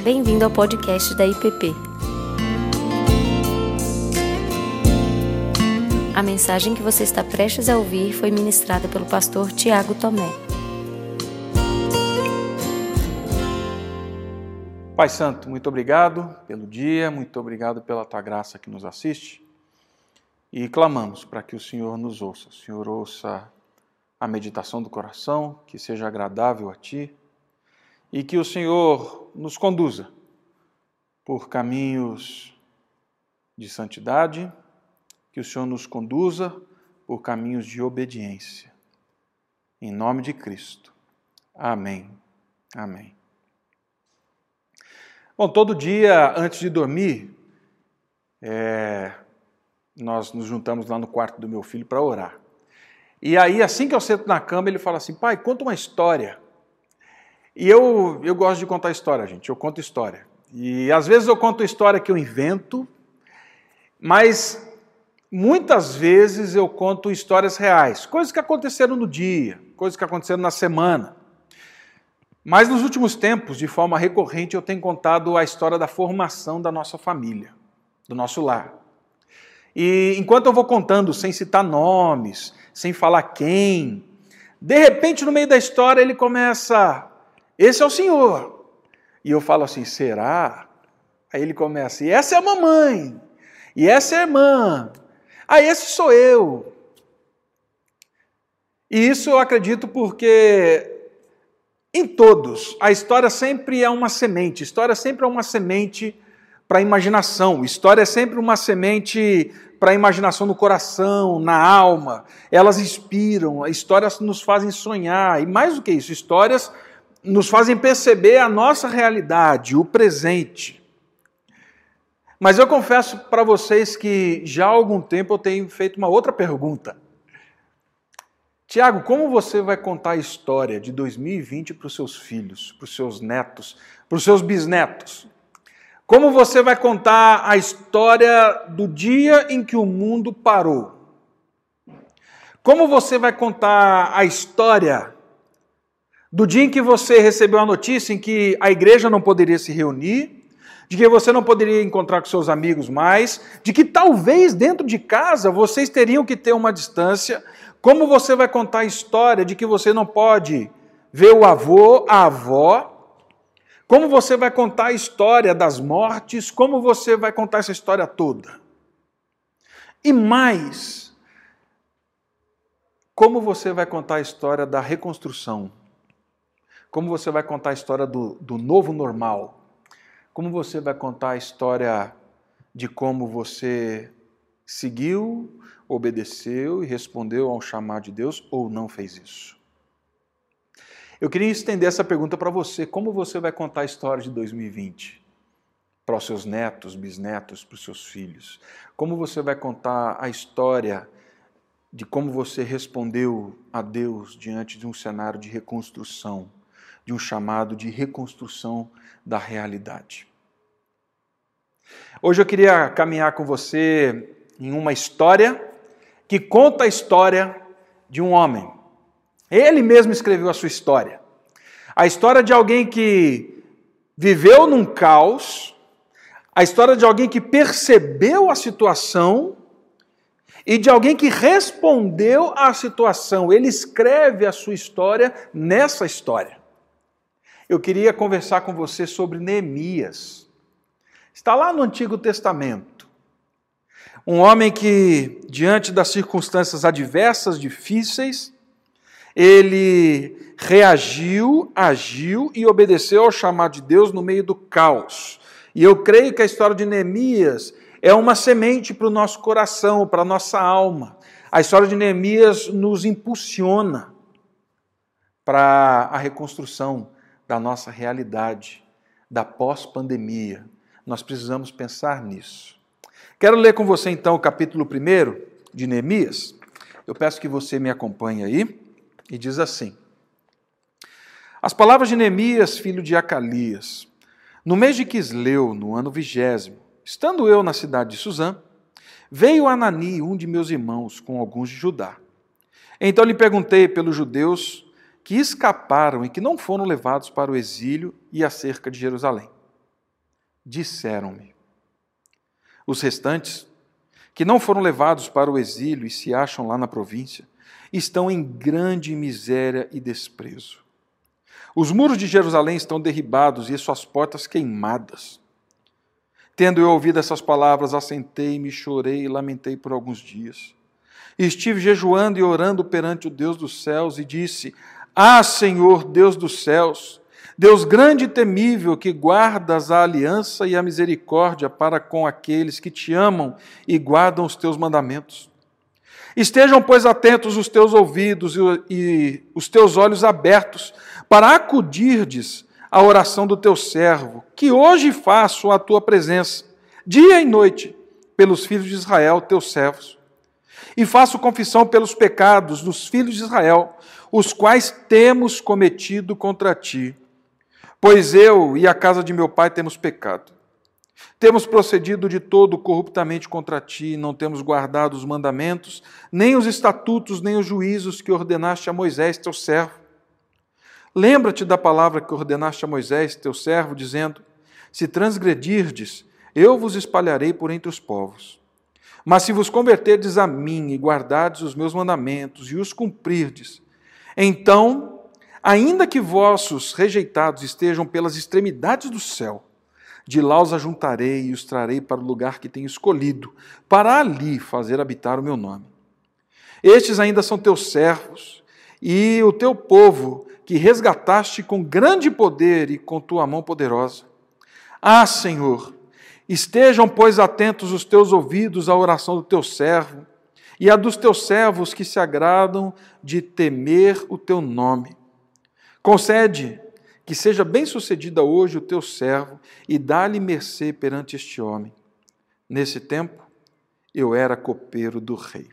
Bem-vindo ao podcast da IPP. A mensagem que você está prestes a ouvir foi ministrada pelo pastor Tiago Tomé. Pai Santo, muito obrigado pelo dia, muito obrigado pela Tua graça que nos assiste. E clamamos para que o Senhor nos ouça. O Senhor ouça a meditação do coração, que seja agradável a Ti. E que o Senhor nos conduza por caminhos de santidade, que o Senhor nos conduza por caminhos de obediência. Em nome de Cristo. Amém. Amém. Bom, todo dia antes de dormir, nós nos juntamos lá no quarto do meu filho para orar. E aí, assim que eu sento na cama, ele fala assim: pai, conta uma história. E eu gosto de contar história, gente, eu conto história. E às vezes eu conto história que eu invento, mas muitas vezes eu conto histórias reais, coisas que aconteceram no dia, coisas que aconteceram na semana. Mas nos últimos tempos, de forma recorrente, eu tenho contado a história da formação da nossa família, do nosso lar. E enquanto eu vou contando, sem citar nomes, sem falar quem, de repente, no meio da história, ele começa: esse é o senhor. E eu falo assim: será? Aí ele começa: e essa é a mamãe, e essa é a irmã, esse sou eu. E isso eu acredito porque em todos, a história sempre é uma semente, história sempre é uma semente para a imaginação, história é sempre uma semente para a imaginação no coração, na alma, elas inspiram, histórias nos fazem sonhar, e mais do que isso, histórias nos fazem perceber a nossa realidade, o presente. Mas eu confesso para vocês que já há algum tempo eu tenho feito uma outra pergunta. Tiago, como você vai contar a história de 2020 para os seus filhos, para os seus netos, para os seus bisnetos? Como você vai contar a história do dia em que o mundo parou? Como você vai contar a história do dia em que você recebeu a notícia em que a igreja não poderia se reunir, de que você não poderia encontrar com seus amigos mais, de que talvez dentro de casa vocês teriam que ter uma distância? Como você vai contar a história de que você não pode ver o avô, a avó? Como você vai contar a história das mortes? Como você vai contar essa história toda? E mais, como você vai contar a história da reconstrução? Como você vai contar a história do novo normal? Como você vai contar a história de como você seguiu, obedeceu e respondeu ao chamado de Deus ou não fez isso? Eu queria estender essa pergunta para você. Como você vai contar a história de 2020? Para os seus netos, bisnetos, para os seus filhos? Como você vai contar a história de como você respondeu a Deus diante de um cenário de reconstrução, de um chamado de reconstrução da realidade? Hoje eu queria caminhar com você em uma história que conta a história de um homem. Ele mesmo escreveu a sua história. A história de alguém que viveu num caos, a história de alguém que percebeu a situação e de alguém que respondeu à situação. Ele escreve a sua história nessa história. Eu queria conversar com você sobre Neemias. Está lá no Antigo Testamento. Um homem que, diante das circunstâncias adversas, difíceis, ele reagiu, agiu e obedeceu ao chamado de Deus no meio do caos. E eu creio que a história de Neemias é uma semente para o nosso coração, para a nossa alma. A história de Neemias nos impulsiona para a reconstrução da nossa realidade, da pós-pandemia. Nós precisamos pensar nisso. Quero ler com você então o capítulo 1 de Neemias. Eu peço que você me acompanhe aí. E diz assim: as palavras de Neemias, filho de Acalias. No mês de Quisleu, no ano 20º, estando eu na cidade de Suzã, veio Anani, um de meus irmãos, com alguns de Judá. Então lhe perguntei pelos judeus que escaparam e que não foram levados para o exílio e acerca de Jerusalém. disseram-me. Os restantes, que não foram levados para o exílio e se acham lá na província, estão em grande miséria e desprezo. Os muros de Jerusalém estão derribados e suas portas queimadas. Tendo eu ouvido essas palavras, assentei-me, chorei e lamentei por alguns dias. E estive jejuando e orando perante o Deus dos céus e disse: Ah, Senhor, Deus dos céus, Deus grande e temível, que guardas a aliança e a misericórdia para com aqueles que te amam e guardam os teus mandamentos. Estejam, pois, atentos os teus ouvidos e os teus olhos abertos, para acudirdes à oração do teu servo, que hoje faço à tua presença, dia e noite, pelos filhos de Israel, teus servos. E faço confissão pelos pecados dos filhos de Israel, os quais temos cometido contra ti. Pois eu e a casa de meu pai temos pecado. Temos procedido de todo corruptamente contra ti, não temos guardado os mandamentos, nem os estatutos, nem os juízos que ordenaste a Moisés, teu servo. Lembra-te da palavra que ordenaste a Moisés, teu servo, dizendo: Se transgredirdes, eu vos espalharei por entre os povos. Mas se vos converterdes a mim e guardardes os meus mandamentos e os cumprirdes, então, ainda que vossos rejeitados estejam pelas extremidades do céu, de lá os ajuntarei e os trarei para o lugar que tenho escolhido, para ali fazer habitar o meu nome. Estes ainda são teus servos e o teu povo, que resgataste com grande poder e com tua mão poderosa. Ah, Senhor, estejam, pois, atentos os teus ouvidos à oração do teu servo e a dos teus servos que se agradam de temer o teu nome. Concede que seja bem-sucedida hoje o teu servo e dá-lhe mercê perante este homem. Nesse tempo, eu era copeiro do rei.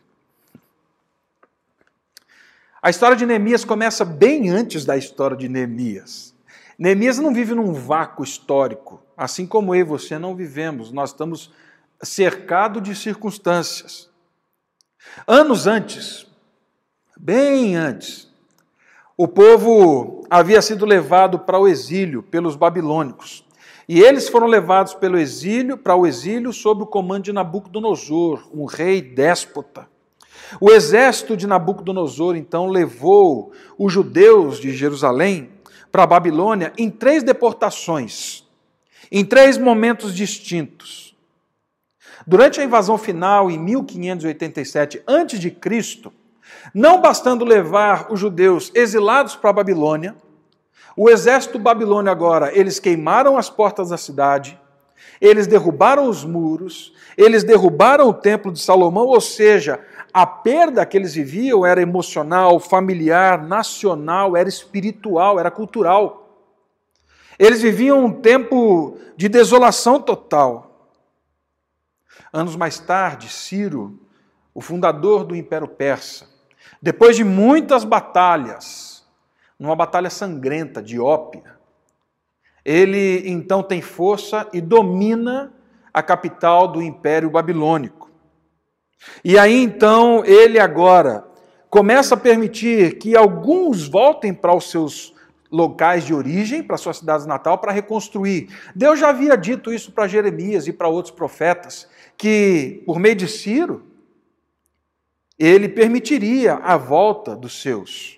A história de Neemias começa bem antes da história de Neemias. Neemias não vive num vácuo histórico, assim como eu e você não vivemos. Nós estamos cercados de circunstâncias. Anos antes, bem antes, o povo havia sido levado para o exílio pelos babilônicos. E eles foram levados para o exílio sob o comando de Nabucodonosor, um rei déspota. O exército de Nabucodonosor, então, levou os judeus de Jerusalém para a Babilônia em 3 deportações, em 3 momentos distintos. Durante a invasão final, em 1587 a.C., não bastando levar os judeus exilados para a Babilônia, o exército babilônio agora, eles queimaram as portas da cidade, eles derrubaram os muros, eles derrubaram o templo de Salomão, ou seja, a perda que eles viviam era emocional, familiar, nacional, era espiritual, era cultural. Eles viviam um tempo de desolação total. Anos mais tarde, Ciro, o fundador do Império Persa, depois de muitas batalhas, numa batalha sangrenta de Ópia, ele então tem força e domina a capital do Império Babilônico. E aí então ele agora começa a permitir que alguns voltem para os seus locais de origem, para suas cidades natal, para reconstruir. Deus já havia dito isso para Jeremias e para outros profetas, que por meio de Ciro, ele permitiria a volta dos seus.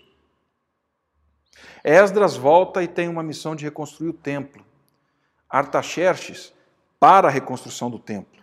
Esdras volta e tem uma missão de reconstruir o templo. Artaxerxes para a reconstrução do templo.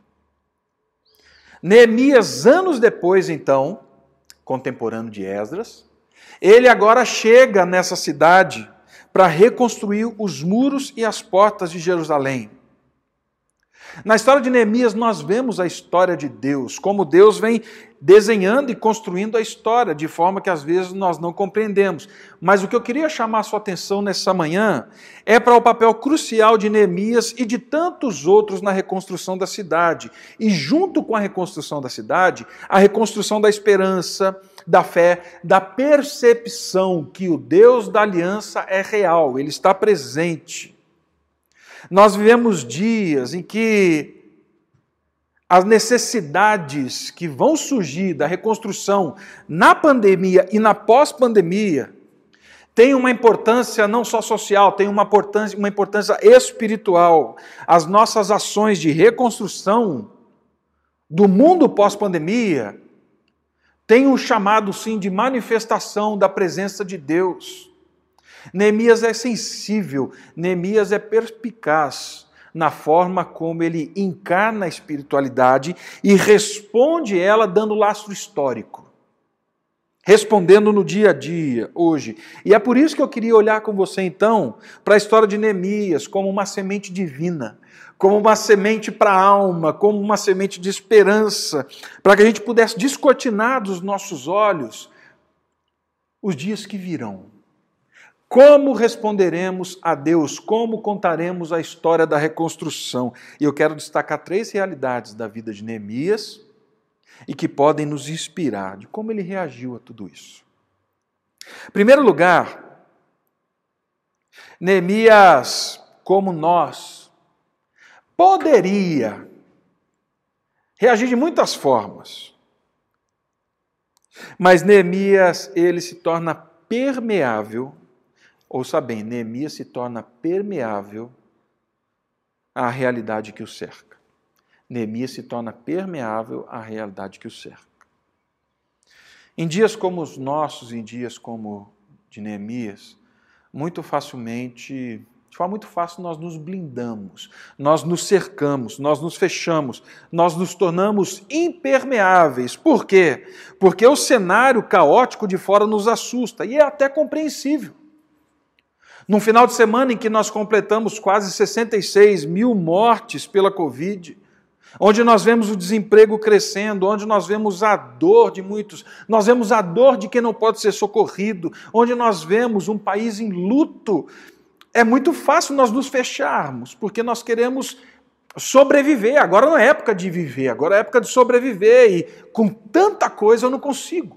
Neemias, anos depois, então, contemporâneo de Esdras, ele agora chega nessa cidade para reconstruir os muros e as portas de Jerusalém. Na história de Neemias, nós vemos a história de Deus, como Deus vem desenhando e construindo a história, de forma que às vezes nós não compreendemos. Mas o que eu queria chamar a sua atenção nessa manhã é para o papel crucial de Neemias e de tantos outros na reconstrução da cidade. E junto com a reconstrução da cidade, a reconstrução da esperança, da fé, da percepção que o Deus da aliança é real, ele está presente. Nós vivemos dias em que as necessidades que vão surgir da reconstrução na pandemia e na pós-pandemia tem uma importância não só social, tem uma importância espiritual. As nossas ações de reconstrução do mundo pós-pandemia têm um chamado, sim, de manifestação da presença de Deus. Neemias é sensível, Neemias é perspicaz na forma como ele encarna a espiritualidade e responde ela dando lastro histórico. Respondendo no dia a dia, hoje. E é por isso que eu queria olhar com você, então, para a história de Neemias como uma semente divina, como uma semente para a alma, como uma semente de esperança, para que a gente pudesse descortinar dos nossos olhos os dias que virão. Como responderemos a Deus? Como contaremos a história da reconstrução? E eu quero destacar 3 realidades da vida de Neemias e que podem nos inspirar de como ele reagiu a tudo isso. Em primeiro lugar, Neemias, como nós, poderia reagir de muitas formas. Mas Neemias, ele se torna permeável, ouça bem, Neemias se torna permeável à realidade que o cerca. Neemias se torna permeável à realidade que o cerca. Em dias como os nossos, em dias como de Neemias, muito facilmente, de forma muito fácil, nós nos blindamos, nós nos cercamos, nós nos fechamos, nós nos tornamos impermeáveis. Por quê? Porque o cenário caótico de fora nos assusta, e é até compreensível. Num final de semana em que nós completamos quase 66 mil mortes pela Covid, onde nós vemos o desemprego crescendo, onde nós vemos a dor de muitos, nós vemos a dor de quem não pode ser socorrido, onde nós vemos um país em luto, é muito fácil nós nos fecharmos, porque nós queremos sobreviver. Agora não é época de viver, agora é época de sobreviver, e com tanta coisa eu não consigo.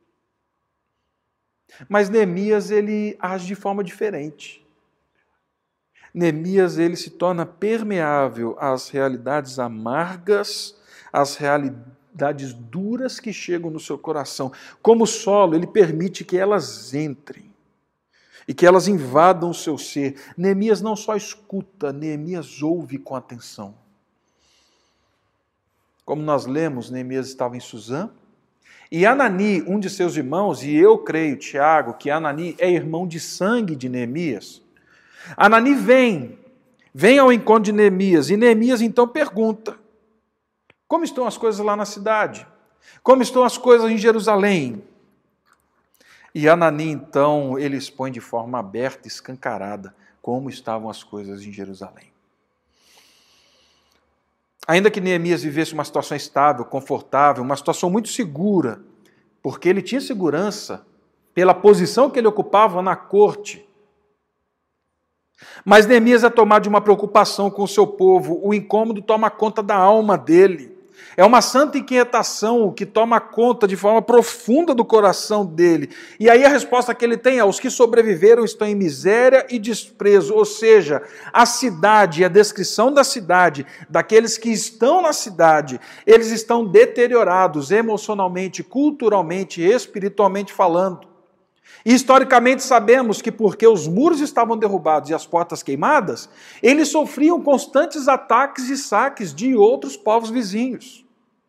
Mas Neemias, ele age de forma diferente. Neemias, ele se torna permeável às realidades amargas, às realidades duras que chegam no seu coração. Como solo, ele permite que elas entrem e que elas invadam o seu ser. Neemias não só escuta, Neemias ouve com atenção. Como nós lemos, Neemias estava em Suzã, e Anani, um de seus irmãos, e eu creio, Tiago, que Anani é irmão de sangue de Neemias, Anani vem ao encontro de Neemias, e Neemias então pergunta: como estão as coisas lá na cidade? Como estão as coisas em Jerusalém? E Anani então, ele expõe de forma aberta, escancarada, como estavam as coisas em Jerusalém. Ainda que Neemias vivesse uma situação estável, confortável, uma situação muito segura, porque ele tinha segurança pela posição que ele ocupava na corte, mas Neemias é tomado de uma preocupação com o seu povo, o incômodo toma conta da alma dele. É uma santa inquietação que toma conta de forma profunda do coração dele. E aí a resposta que ele tem é: os que sobreviveram estão em miséria e desprezo. Ou seja, a cidade, a descrição da cidade, daqueles que estão na cidade, eles estão deteriorados emocionalmente, culturalmente, espiritualmente falando. E historicamente sabemos que porque os muros estavam derrubados e as portas queimadas, eles sofriam constantes ataques e saques de outros povos vizinhos.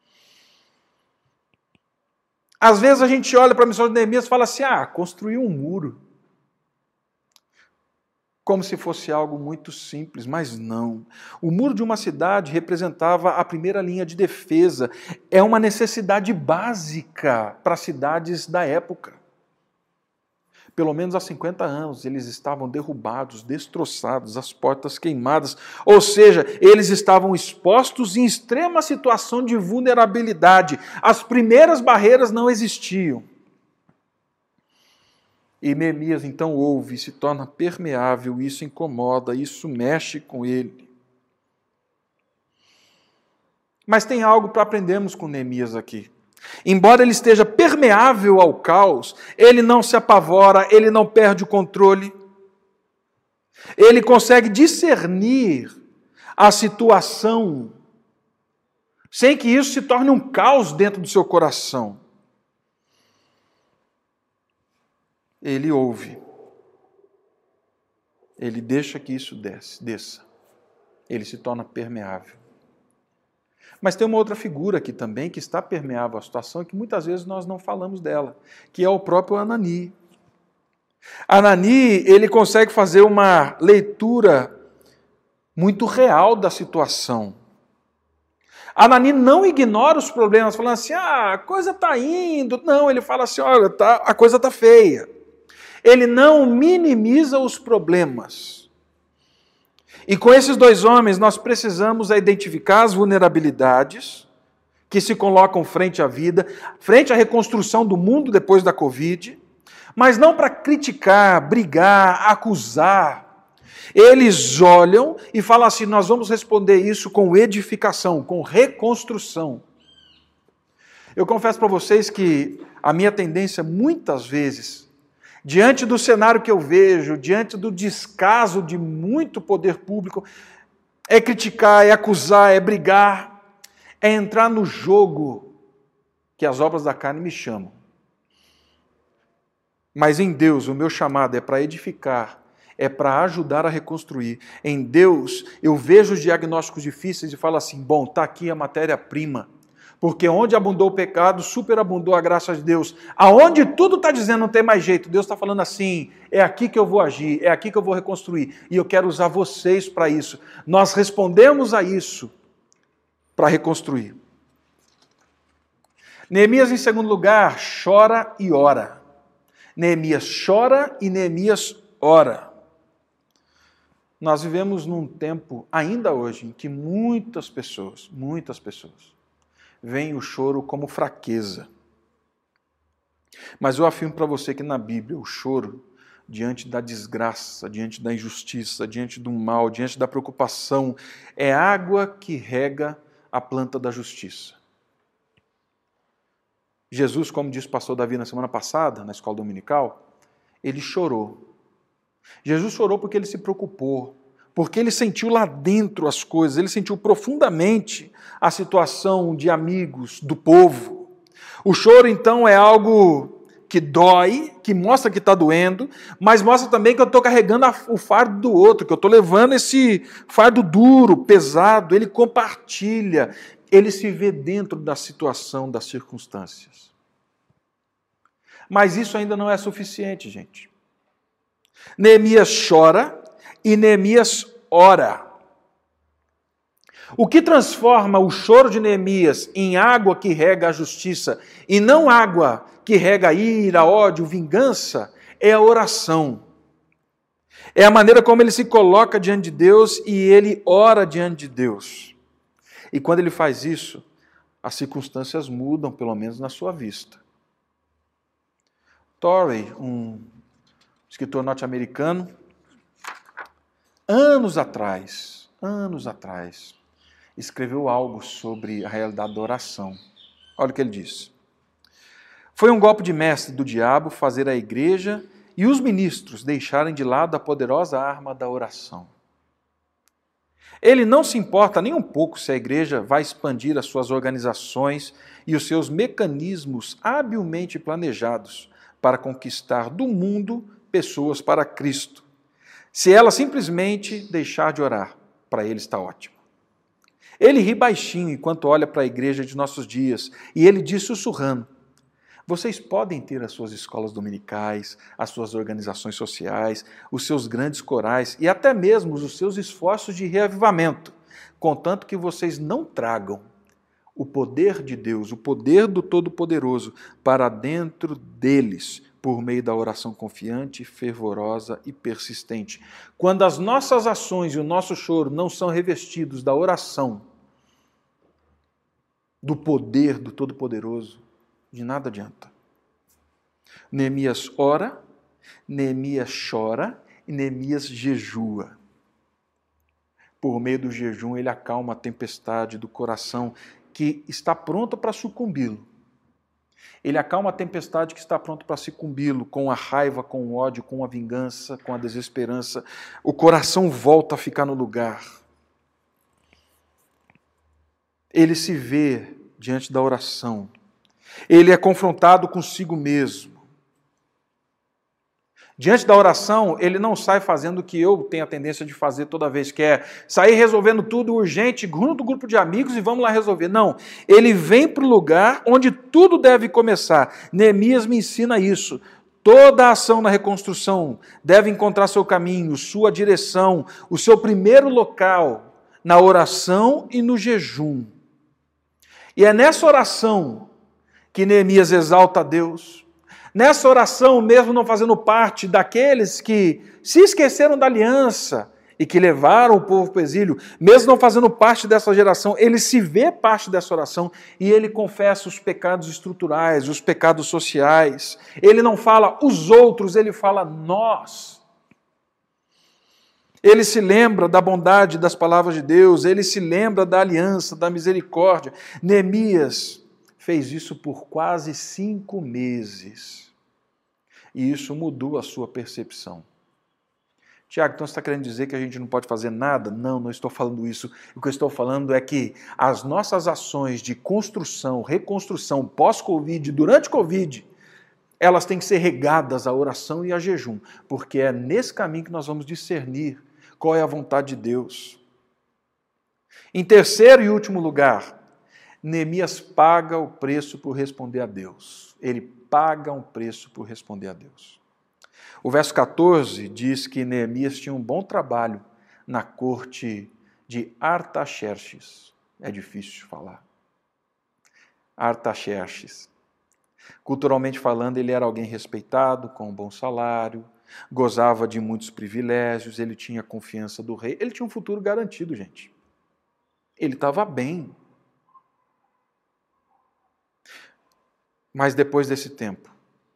Às vezes a gente olha para a missão de Neemias e fala assim: construiu um muro. Como se fosse algo muito simples, mas não. O muro de uma cidade representava a primeira linha de defesa. É uma necessidade básica para as cidades da época. Pelo menos há 50 anos, eles estavam derrubados, destroçados, as portas queimadas. Ou seja, eles estavam expostos em extrema situação de vulnerabilidade. As primeiras barreiras não existiam. E Neemias então ouve, se torna permeável, isso incomoda, isso mexe com ele. Mas tem algo para aprendermos com Neemias aqui. Embora ele esteja permeável ao caos, ele não se apavora, ele não perde o controle. Ele consegue discernir a situação sem que isso se torne um caos dentro do seu coração. Ele ouve. ele deixa que isso desça. Ele se torna permeável. Mas tem uma outra figura aqui também que está permeável à situação e que muitas vezes nós não falamos dela, que é o próprio Anani. Anani, ele consegue fazer uma leitura muito real da situação. Anani não ignora os problemas, falando assim, a coisa está indo. Não, ele fala assim, olha, a coisa está feia. Ele não minimiza os problemas. E com esses dois homens, nós precisamos identificar as vulnerabilidades que se colocam frente à vida, frente à reconstrução do mundo depois da Covid, mas não para criticar, brigar, acusar. Eles olham e falam assim, nós vamos responder isso com edificação, com reconstrução. Eu confesso para vocês que a minha tendência, muitas vezes, diante do cenário que eu vejo, diante do descaso de muito poder público, é criticar, é acusar, é brigar, é entrar no jogo que as obras da carne me chamam. Mas em Deus, o meu chamado é para edificar, é para ajudar a reconstruir. Em Deus, eu vejo os diagnósticos difíceis e falo assim, bom, está aqui a matéria-prima. Porque onde abundou o pecado, superabundou a graça de Deus. Aonde tudo está dizendo não tem mais jeito, Deus está falando assim, é aqui que eu vou agir, é aqui que eu vou reconstruir. E eu quero usar vocês para isso. Nós respondemos a isso para reconstruir. Neemias, em segundo lugar, chora e ora. Neemias chora e Neemias ora. Nós vivemos num tempo, ainda hoje, em que muitas pessoas, veem o choro como fraqueza. Mas eu afirmo para você que na Bíblia, o choro, diante da desgraça, diante da injustiça, diante do mal, diante da preocupação, é água que rega a planta da justiça. Jesus, como disse o pastor Davi na semana passada, na escola dominical, ele chorou. Jesus chorou porque ele se preocupou, porque ele sentiu lá dentro as coisas, ele sentiu profundamente a situação de amigos, do povo. O choro, então, é algo que dói, que mostra que está doendo, mas mostra também que eu estou carregando o fardo do outro, que eu estou levando esse fardo duro, pesado. Ele compartilha, ele se vê dentro da situação, das circunstâncias. Mas isso ainda não é suficiente, gente. Neemias chora e Neemias ora. O que transforma o choro de Neemias em água que rega a justiça e não água que rega a ira, ódio, vingança, é a oração. É a maneira como ele se coloca diante de Deus e ele ora diante de Deus. E quando ele faz isso, as circunstâncias mudam, pelo menos na sua vista. Torrey, um escritor norte-americano, anos atrás, escreveu algo sobre a realidade da oração. Olha o que ele diz. Foi um golpe de mestre do diabo fazer a igreja e os ministros deixarem de lado a poderosa arma da oração. Ele não se importa nem um pouco se a igreja vai expandir as suas organizações e os seus mecanismos habilmente planejados para conquistar do mundo pessoas para Cristo. Se ela simplesmente deixar de orar, para ele está ótimo. Ele ri baixinho enquanto olha para a igreja de nossos dias e ele diz sussurrando, vocês podem ter as suas escolas dominicais, as suas organizações sociais, os seus grandes corais e até mesmo os seus esforços de reavivamento, contanto que vocês não tragam o poder de Deus, o poder do Todo-Poderoso para dentro deles, por meio da oração confiante, fervorosa e persistente. Quando as nossas ações e o nosso choro não são revestidos da oração, do poder do Todo-Poderoso, de nada adianta. Neemias ora, Neemias chora e Neemias jejua. Por meio do jejum, ele acalma a tempestade do coração que está pronto para sucumbi-lo. Ele acalma a tempestade que está pronto para sucumbi-lo, com a raiva, com o ódio, com a vingança, com a desesperança. O coração volta a ficar no lugar. Ele se vê diante da oração. Ele é confrontado consigo mesmo. Diante da oração, ele não sai fazendo o que eu tenho a tendência de fazer toda vez, que é sair resolvendo tudo urgente, junto do grupo de amigos e vamos lá resolver. Não, ele vem para o lugar onde tudo deve começar. Neemias me ensina isso. Toda ação na reconstrução deve encontrar seu caminho, sua direção, o seu primeiro local, na oração e no jejum. E é nessa oração que Neemias exalta a Deus. Nessa oração, mesmo não fazendo parte daqueles que se esqueceram da aliança e que levaram o povo para o exílio, mesmo não fazendo parte dessa geração, ele se vê parte dessa oração e ele confessa os pecados estruturais, os pecados sociais. Ele não fala os outros, ele fala nós. Ele se lembra da bondade das palavras de Deus, ele se lembra da aliança, da misericórdia. Neemias fez isso por quase 5 meses. E isso mudou a sua percepção. Tiago, então você está querendo dizer que a gente não pode fazer nada? Não, não estou falando isso. O que eu estou falando é que as nossas ações de construção, reconstrução, pós-Covid, durante Covid, elas têm que ser regadas à oração e a jejum, porque é nesse caminho que nós vamos discernir qual é a vontade de Deus. Em terceiro e último lugar, Neemias paga o preço por responder a Deus. Ele paga um preço por responder a Deus. O verso 14 diz que Neemias tinha um bom trabalho na corte de Artaxerxes. É difícil de falar. Artaxerxes. Culturalmente falando, ele era alguém respeitado, com um bom salário, gozava de muitos privilégios, ele tinha a confiança do rei, ele tinha um futuro garantido, gente. Ele estava bem. Mas depois desse tempo,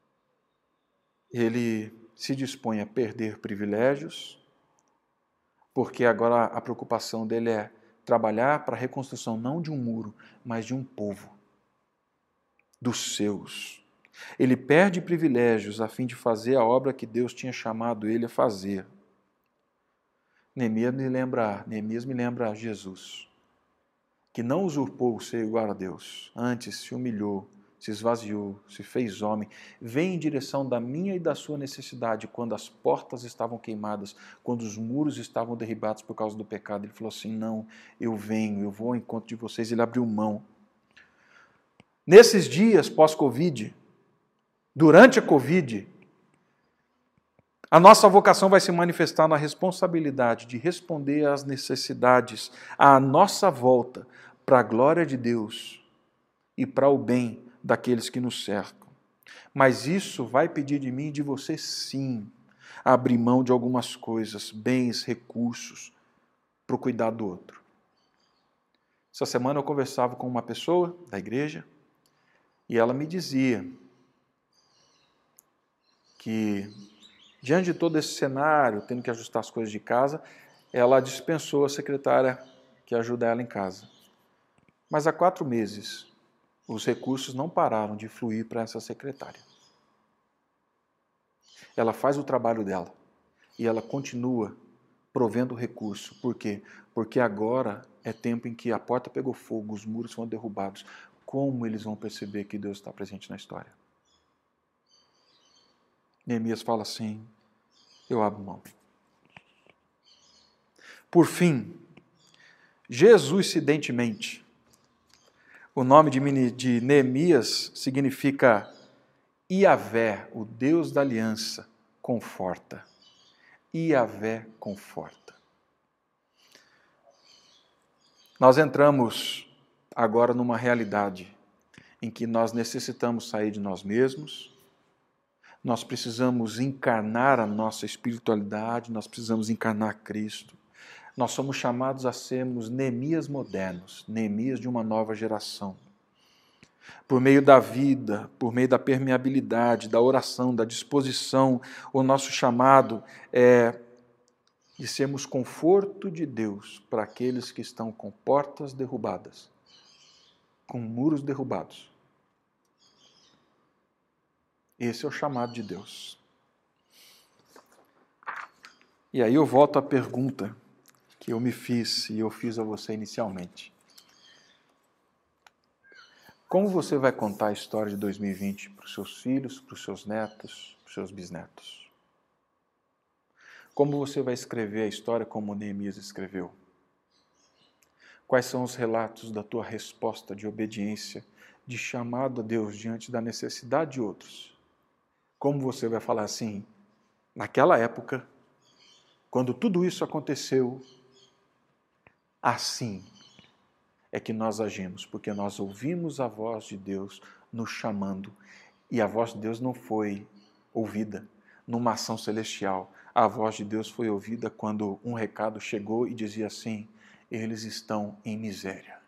ele se dispõe a perder privilégios, porque agora a preocupação dele é trabalhar para a reconstrução não de um muro, mas de um povo, dos seus. Ele perde privilégios a fim de fazer a obra que Deus tinha chamado ele a fazer. Neemias me lembra Jesus, que não usurpou o ser igual a Deus, antes se humilhou, se esvaziou, se fez homem, vem em direção da minha e da sua necessidade, quando as portas estavam queimadas, quando os muros estavam derribados por causa do pecado. Ele falou assim, não, eu venho, eu vou ao encontro de vocês. Ele abriu mão. Nesses dias pós-Covid, durante a Covid, a nossa vocação vai se manifestar na responsabilidade de responder às necessidades à nossa volta, para a glória de Deus e para o bem daqueles que nos cercam. Mas isso vai pedir de mim e de você, sim, abrir mão de algumas coisas, bens, recursos, para o cuidado do outro. Essa semana eu conversava com uma pessoa da igreja e ela me dizia que, diante de todo esse cenário, tendo que ajustar as coisas de casa, ela dispensou a secretária que ajuda ela em casa. Mas há 4 meses, os recursos não pararam de fluir para essa secretária. Ela faz o trabalho dela e ela continua provendo recurso. Por quê? Porque agora é tempo em que a porta pegou fogo, os muros foram derrubados. Como eles vão perceber que Deus está presente na história? Neemias fala assim, eu abro mão. Por fim, jesuicidentemente, o nome de Neemias significa Iavé, o Deus da aliança, conforta. Iavé conforta. Nós entramos agora numa realidade em que nós necessitamos sair de nós mesmos, nós precisamos encarnar a nossa espiritualidade, nós precisamos encarnar Cristo. Nós somos chamados a sermos Neemias modernos, Neemias de uma nova geração. Por meio da vida, por meio da permeabilidade, da oração, da disposição, o nosso chamado é de sermos conforto de Deus para aqueles que estão com portas derrubadas, com muros derrubados. Esse é o chamado de Deus. E aí eu volto à pergunta que eu me fiz e eu fiz a você inicialmente. Como você vai contar a história de 2020 para os seus filhos, para os seus netos, para os seus bisnetos? Como você vai escrever a história como Neemias escreveu? Quais são os relatos da tua resposta de obediência, de chamado a Deus diante da necessidade de outros? Como você vai falar assim, naquela época, quando tudo isso aconteceu, assim é que nós agimos, porque nós ouvimos a voz de Deus nos chamando, e a voz de Deus não foi ouvida numa ação celestial. A voz de Deus foi ouvida quando um recado chegou e dizia assim: eles estão em miséria.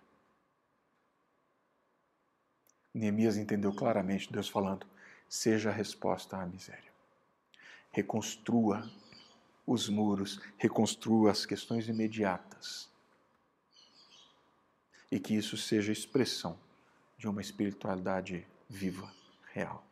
Neemias entendeu claramente Deus falando: seja a resposta à miséria. Reconstrua os muros, reconstrua as questões imediatas. E que isso seja expressão de uma espiritualidade viva, real.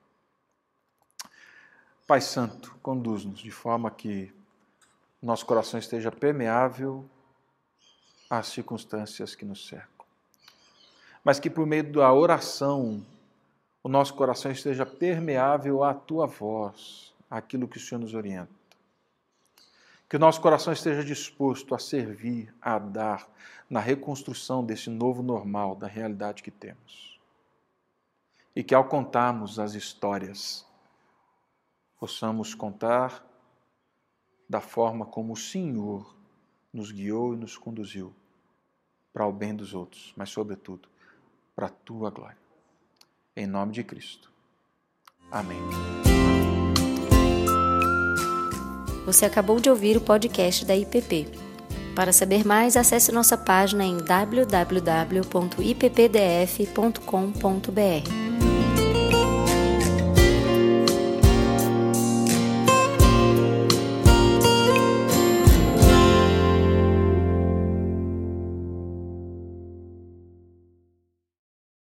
Pai Santo, conduz-nos de forma que nosso coração esteja permeável às circunstâncias que nos cercam. Mas que por meio da oração, o nosso coração esteja permeável à Tua voz, àquilo que o Senhor nos orienta. Que o nosso coração esteja disposto a servir, a dar, na reconstrução desse novo normal, da realidade que temos. E que ao contarmos as histórias, possamos contar da forma como o Senhor nos guiou e nos conduziu para o bem dos outros, mas sobretudo para a Tua glória. Em nome de Cristo. Amém. Você acabou de ouvir o podcast da IPP. Para saber mais, acesse nossa página em www.ippdf.com.br.